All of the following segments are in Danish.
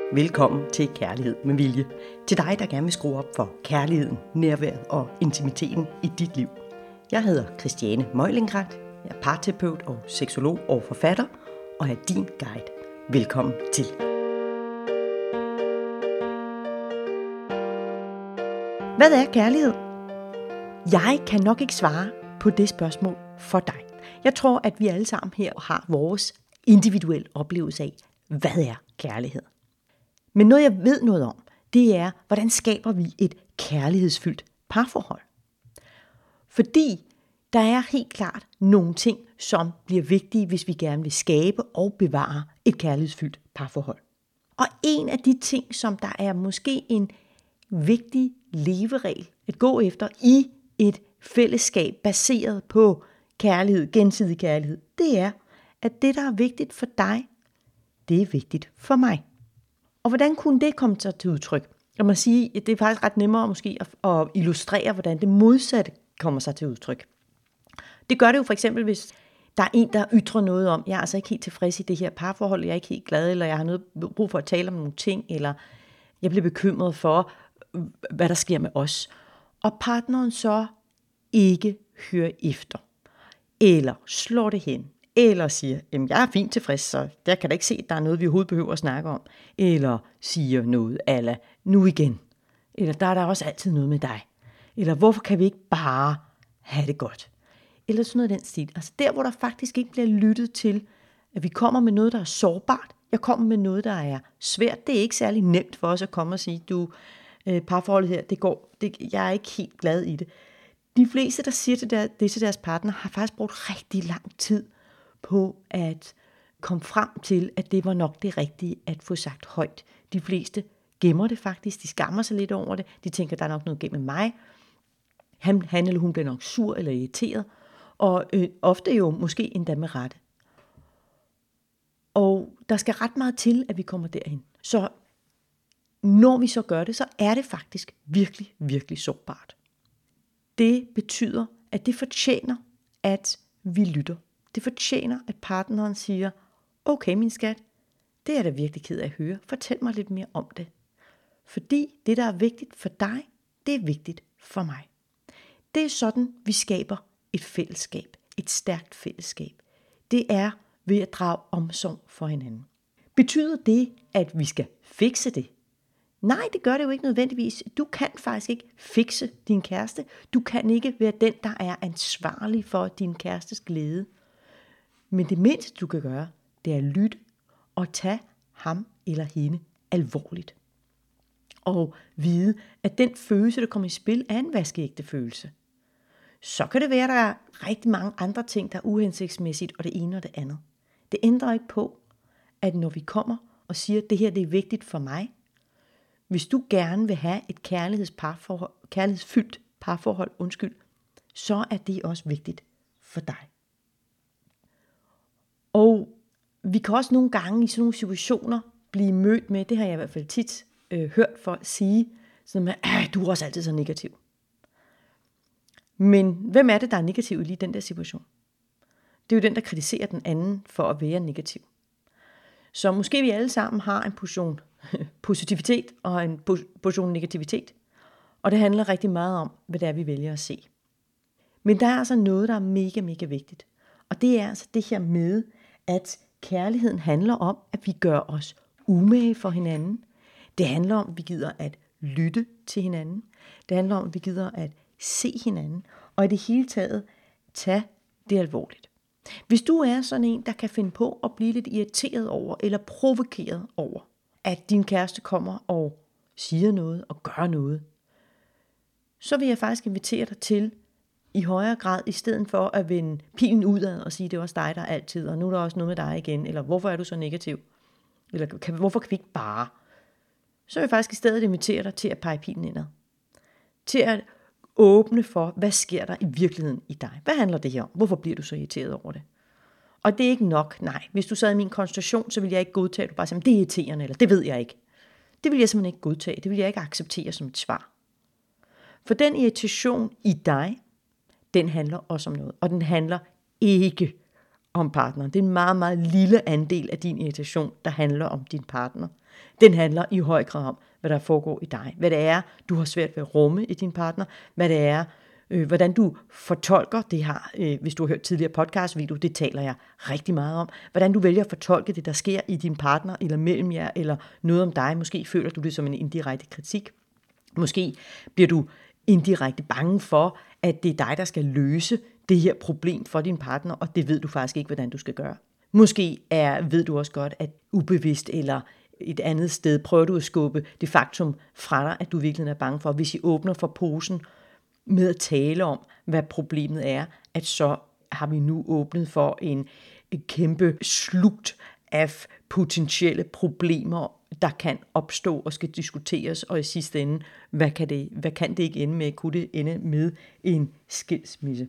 Velkommen til Kærlighed med Vilje. Til dig, der gerne vil skrue op for kærligheden, nærværet og intimiteten i dit liv. Jeg hedder Christiane Møjlingrat. Jeg er parterapeut og seksolog og forfatter, og er din guide. Velkommen til. Hvad er kærlighed? Jeg kan nok ikke svare på det spørgsmål for dig. Jeg tror, at vi alle sammen her har vores individuelle oplevelse af, hvad er kærlighed? Men noget, jeg ved noget om, det er, hvordan skaber vi et kærlighedsfyldt parforhold? Fordi der er helt klart nogle ting, som bliver vigtige, hvis vi gerne vil skabe og bevare et kærlighedsfyldt parforhold. Og en af de ting, som der er måske en vigtig leveregel at gå efter i et fællesskab baseret på kærlighed, gensidig kærlighed, det er, at det, der er vigtigt for dig, det er vigtigt for mig. Og hvordan kunne det komme til udtryk? Jeg må sige, at det er faktisk ret nemmere måske at illustrere, hvordan det modsatte kommer sig til udtryk. Det gør det jo for eksempel, hvis der er en, der ytrer noget om, jeg er altså ikke helt tilfreds i det her parforhold, jeg er ikke helt glad, eller jeg har noget brug for at tale om nogle ting, eller jeg bliver bekymret for, hvad der sker med os. Og partneren så ikke hører efter, eller slår det hen, eller siger, jamen jeg er fint tilfreds, så der kan da ikke se, at der er noget, vi overhovedet behøver at snakke om. Eller siger noget ala, nu igen. Eller der er der også altid noget med dig. Eller hvorfor kan vi ikke bare have det godt? Eller sådan noget af den stil. Altså der, hvor der faktisk ikke bliver lyttet til, at vi kommer med noget, der er sårbart. Jeg kommer med noget, der er svært. Det er ikke særlig nemt for os at komme og sige, du, parforholdet her, jeg er ikke helt glad i det. De fleste, der siger det til deres partner, har faktisk brugt rigtig lang tid på at komme frem til, at det var nok det rigtige at få sagt højt. De fleste gemmer det faktisk, de skammer sig lidt over det, de tænker, der er nok noget gennem mig. Han eller hun bliver nok sur eller irriteret, og ofte jo måske endda med rette. Og der skal ret meget til, at vi kommer derhen. Så når vi så gør det, så er det faktisk virkelig, virkelig sårbart. Det betyder, at det fortjener, at vi lytter. Det fortjener, at partneren siger, okay min skat, det er jeg da virkelig ked af at høre. Fortæl mig lidt mere om det. Fordi det, der er vigtigt for dig, det er vigtigt for mig. Det er sådan, vi skaber et fællesskab. Et stærkt fællesskab. Det er ved at drage omsorg for hinanden. Betyder det, at vi skal fikse det? Nej, det gør det jo ikke nødvendigvis. Du kan faktisk ikke fikse din kæreste. Du kan ikke være den, der er ansvarlig for din kærestes glæde. Men det mindste, du kan gøre, det er at lytte og tage ham eller hende alvorligt. Og vide, at den følelse, der kommer i spil, er en vaskeægte følelse. Så kan det være, at der er rigtig mange andre ting, der er uhensigtsmæssigt, og det ene og det andet. Det ændrer ikke på, at når vi kommer og siger, at det her det er vigtigt for mig, hvis du gerne vil have et kærlighedsfyldt parforhold, så er det også vigtigt for dig. Og vi kan også nogle gange i sådan nogle situationer blive mødt med, det har jeg i hvert fald tit hørt folk sige, sådan at du er også altid så negativ. Men hvem er det, der er negativ i lige den der situation? Det er jo den, der kritiserer den anden for at være negativ. Så måske vi alle sammen har en portion positivitet og en portion negativitet. Og det handler rigtig meget om, hvad det er, vi vælger at se. Men der er altså noget, der er mega, mega vigtigt. Og det er altså det her med, at kærligheden handler om, at vi gør os umage for hinanden. Det handler om, at vi gider at lytte til hinanden. Det handler om, at vi gider at se hinanden. Og i det hele taget, tage det alvorligt. Hvis du er sådan en, der kan finde på at blive lidt irriteret over, eller provokeret over, at din kæreste kommer og siger noget og gør noget, så vil jeg faktisk invitere dig til, i højere grad, i stedet for at vende pilen udad og sige, det er også dig, der er altid, og nu er der også noget med dig igen, eller hvorfor er du så negativ, eller hvorfor kan vi ikke bare, så vil jeg faktisk i stedet invitere dig til at pege pilen indad. Til at åbne for, hvad sker der i virkeligheden i dig? Hvad handler det her om? Hvorfor bliver du så irriteret over det? Og det er ikke nok, nej. Hvis du sad i min konstellation, så ville jeg ikke godtage, at du bare siger, det er irriterende, eller det ved jeg ikke. Det vil jeg simpelthen ikke godtage. Det vil jeg ikke acceptere som et svar. For den irritation i dig, den handler også om noget. Og den handler ikke om partneren. Det er en meget, meget lille andel af din irritation, der handler om din partner. Den handler i høj grad om, hvad der foregår i dig. Hvad det er, du har svært ved at rumme i din partner. Hvad det er, hvordan du fortolker, det har, hvis du har hørt tidligere podcastvideo, det taler jeg rigtig meget om. Hvordan du vælger at fortolke det, der sker i din partner, eller mellem jer, eller noget om dig. Måske føler du det som en indirekte kritik. Måske bliver du indirekte bange for, at det er dig, der skal løse det her problem for din partner, og det ved du faktisk ikke, hvordan du skal gøre. Måske ved du også godt, at ubevidst eller et andet sted prøver du at skubbe det faktum fra dig, at du virkelig er bange for, hvis I åbner for posen med at tale om, hvad problemet er, at så har vi nu åbnet for en kæmpe slugt af potentielle problemer, der kan opstå og skal diskuteres, og i sidste ende, hvad kan det ikke ende med? Kunne det ende med en skilsmisse?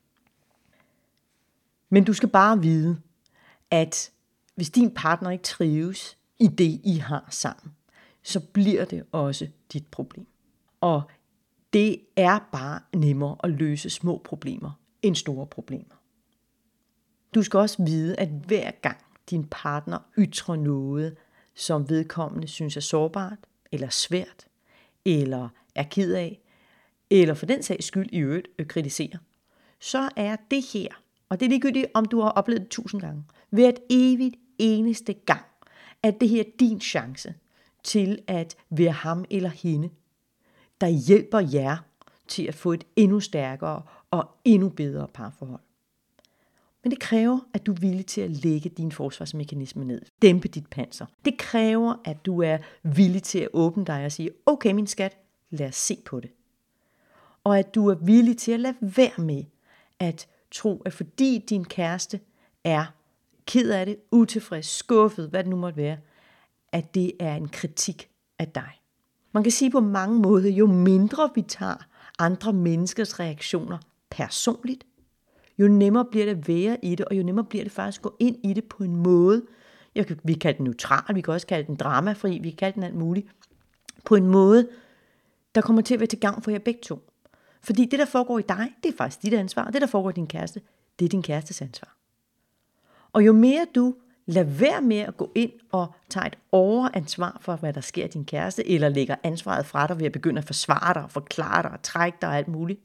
Men du skal bare vide, at hvis din partner ikke trives i det, I har sammen, så bliver det også dit problem. Og det er bare nemmere at løse små problemer end store problemer. Du skal også vide, at hver gang din partner ytrer noget, som vedkommende synes er sårbart, eller svært, eller er ked af, eller for den sags skyld i øvrigt kritiserer, så er det her, og det er ligegyldigt, om du har oplevet det 1000 gange, hvert evigt eneste gang, at det her er din chance til at være ham eller hende, der hjælper jer til at få et endnu stærkere og endnu bedre parforhold. Men det kræver, at du er villig til at lægge din forsvarsmekanisme ned. Dæmpe dit panser. Det kræver, at du er villig til at åbne dig og sige, okay min skat, lad os se på det. Og at du er villig til at lade være med at tro, at fordi din kæreste er ked af det, utilfreds, skuffet, hvad det nu måtte være, at det er en kritik af dig. Man kan sige på mange måder, jo mindre vi tager andre menneskers reaktioner personligt, jo nemmere bliver det at være i det, og jo nemmere bliver det faktisk at gå ind i det på en måde. Vi kan kalde den neutral, vi kan også kalde den dramafri, vi kan kalde den alt muligt. På en måde, der kommer til at være til gavn for jer begge to. Fordi det, der foregår i dig, det er faktisk dit ansvar, og det, der foregår i din kæreste, det er din kærestes ansvar. Og jo mere du lader være med at gå ind og tage et overansvar for, hvad der sker i din kæreste, eller lægger ansvaret fra dig ved at begynde at forsvare dig, og forklare dig, og trække dig og alt muligt,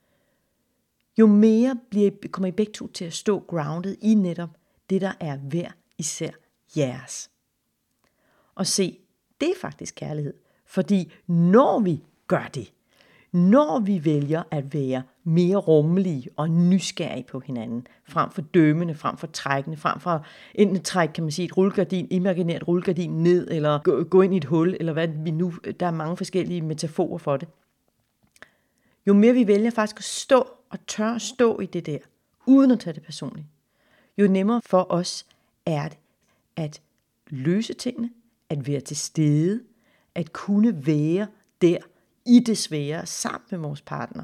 jo mere kommer I begge to til at stå grounded i netop det, der er hver især jeres. Og se, det er faktisk kærlighed. Fordi når vi gør det, når vi vælger at være mere rummelige og nysgerrige på hinanden, frem for dømmende, frem for trækkende, frem for enten trække, kan man sige, et rullegardin, imaginært rullegardin ned, eller gå ind i et hul, eller hvad vi nu, der er mange forskellige metaforer for det. Jo mere vi vælger faktisk at stå og tør at stå i det der, uden at tage det personligt, jo nemmere for os er det at løse tingene, at være til stede, at kunne være der i det svære sammen med vores partner.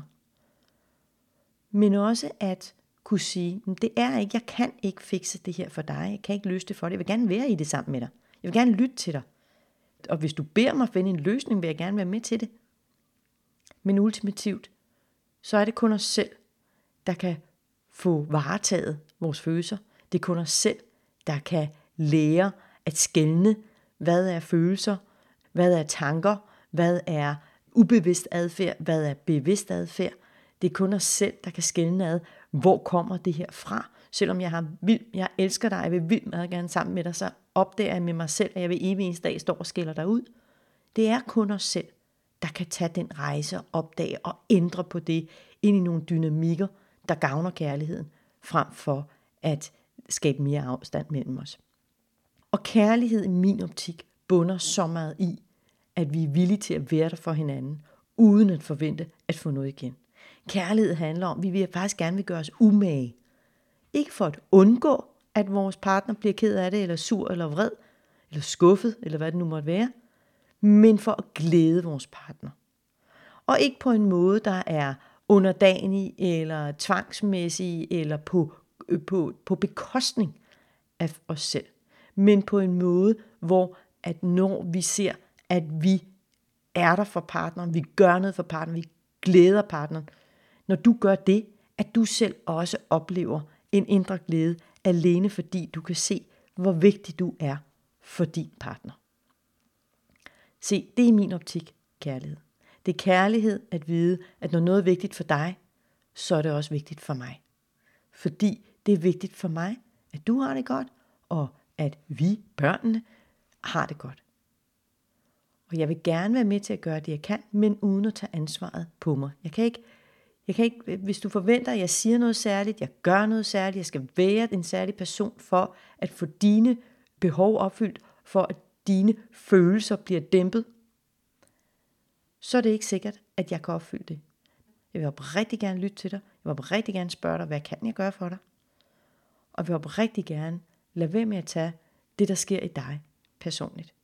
Men også at kunne sige, det er ikke, jeg kan ikke fikse det her for dig, jeg kan ikke løse det for dig, jeg vil gerne være i det sammen med dig, jeg vil gerne lytte til dig. Og hvis du beder mig at finde en løsning, vil jeg gerne være med til det. Men ultimativt, så er det kun os selv, der kan få varetaget vores følelser. Det er kun os selv, der kan lære at skelne, hvad er følelser, hvad er tanker, hvad er ubevidst adfærd, hvad er bevidst adfærd. Det er kun os selv, der kan skelne ad, hvor kommer det her fra. Selvom jeg elsker dig, jeg vil vildt meget gerne sammen med dig, så opdager jeg med mig selv, at jeg ved evig eneste dag står og skælder dig ud. Det er kun os selv, der kan tage den rejse og opdage og ændre på det ind i nogle dynamikker, der gavner kærligheden, frem for at skabe mere afstand mellem os. Og kærlighed i min optik bunder så meget i, at vi er villige til at være der for hinanden, uden at forvente at få noget igen. Kærlighed handler om, at vi faktisk gerne vil gøre os umage. Ikke for at undgå, at vores partner bliver ked af det, eller sur, eller vred, eller skuffet, eller hvad det nu måtte være, men for at glæde vores partner. Og ikke på en måde, der er underdanig, eller tvangsmæssig, eller på bekostning af os selv. Men på en måde, hvor at når vi ser, at vi er der for partneren, vi gør noget for partneren, vi glæder partneren. Når du gør det, at du selv også oplever en indre glæde alene fordi du kan se, hvor vigtig du er for din partner. Se, det er i min optik kærlighed. Det er kærlighed at vide, at når noget er vigtigt for dig, så er det også vigtigt for mig. Fordi det er vigtigt for mig, at du har det godt, og at vi, børnene, har det godt. Og jeg vil gerne være med til at gøre det, jeg kan, men uden at tage ansvaret på mig. Jeg kan ikke, hvis du forventer, at jeg siger noget særligt, jeg gør noget særligt, jeg skal være en særlig person for at få dine behov opfyldt, for at dine følelser bliver dæmpet, så er det ikke sikkert, at jeg kan opfylde det. Jeg vil rigtig gerne lytte til dig. Jeg vil rigtig gerne spørge dig, hvad kan jeg gøre for dig? Og jeg vil rigtig gerne lade være med at tage det, der sker i dig personligt.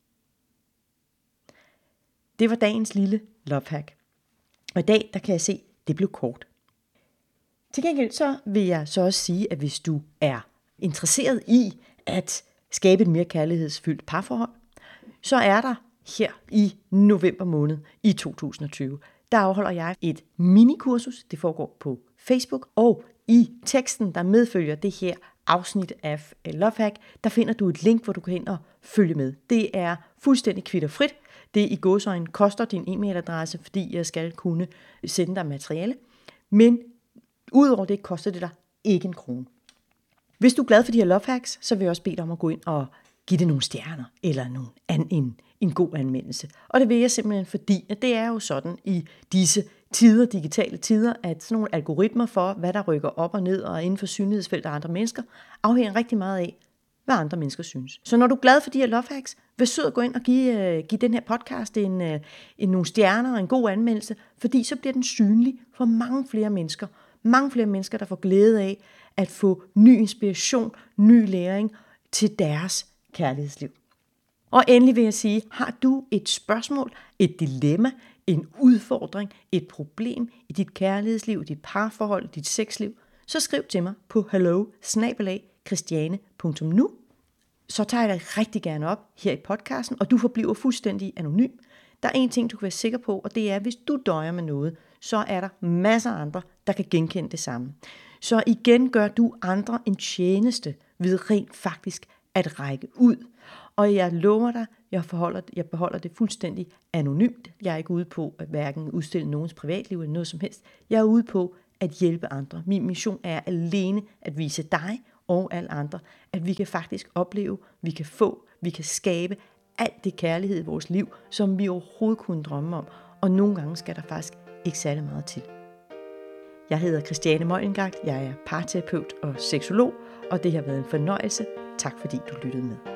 Det var dagens lille love hack. Og i dag, der kan jeg se, at det blev kort. Til gengæld så vil jeg så også sige, at hvis du er interesseret i at skabe et mere kærlighedsfyldt parforhold, så er der her i november måned i 2020, der afholder jeg et minikursus. Det foregår på Facebook, og i teksten, der medfølger det her afsnit af Love Hack, der finder du et link, hvor du kan ind og følge med. Det er fuldstændig kvitterfrit. Det i gåseøjne koster din e-mailadresse, fordi jeg skal kunne sende dig materiale. Men udover det koster det dig ikke en krone. Hvis du er glad for de her Love Hacks, så vil jeg også bede dig om at gå ind og give det nogle stjerner, eller en god anmeldelse. Og det vil jeg simpelthen, fordi at det er jo sådan i disse tider, digitale tider, at sådan nogle algoritmer for, hvad der rykker op og ned og inden for synlighedsfelt af andre mennesker, afhænger rigtig meget af, hvad andre mennesker synes. Så når du er glad for de her Love Hacks, vær sød at gå ind og give den her podcast nogle stjerner og en god anmeldelse, fordi så bliver den synlig for mange flere mennesker. Mange flere mennesker, der får glæde af at få ny inspiration, ny læring til deres kærlighedsliv. Og endelig vil jeg sige, har du et spørgsmål, et dilemma, en udfordring, et problem i dit kærlighedsliv, dit parforhold, dit sexliv, så skriv til mig på hello@christiane.nu. Så tager jeg dig rigtig gerne op her i podcasten, og du forbliver fuldstændig anonym. Der er en ting, du kan være sikker på, og det er, at hvis du døjer med noget, så er der masser af andre, der kan genkende det samme. Så igen gør du andre en tjeneste ved rent faktisk at række ud. Og jeg lover dig, jeg beholder det fuldstændig anonymt. Jeg er ikke ude på at hverken udstille nogens privatliv eller noget som helst. Jeg er ude på at hjælpe andre. Min mission er alene at vise dig og alle andre, at vi kan faktisk opleve, vi kan få, vi kan skabe alt det kærlighed i vores liv, som vi overhovedet kunne drømme om. Og nogle gange skal der faktisk ikke særlig meget til. Jeg hedder Christiane Møglengart, jeg er parterapeut og seksolog, og det har været en fornøjelse. Tak fordi du lyttede med.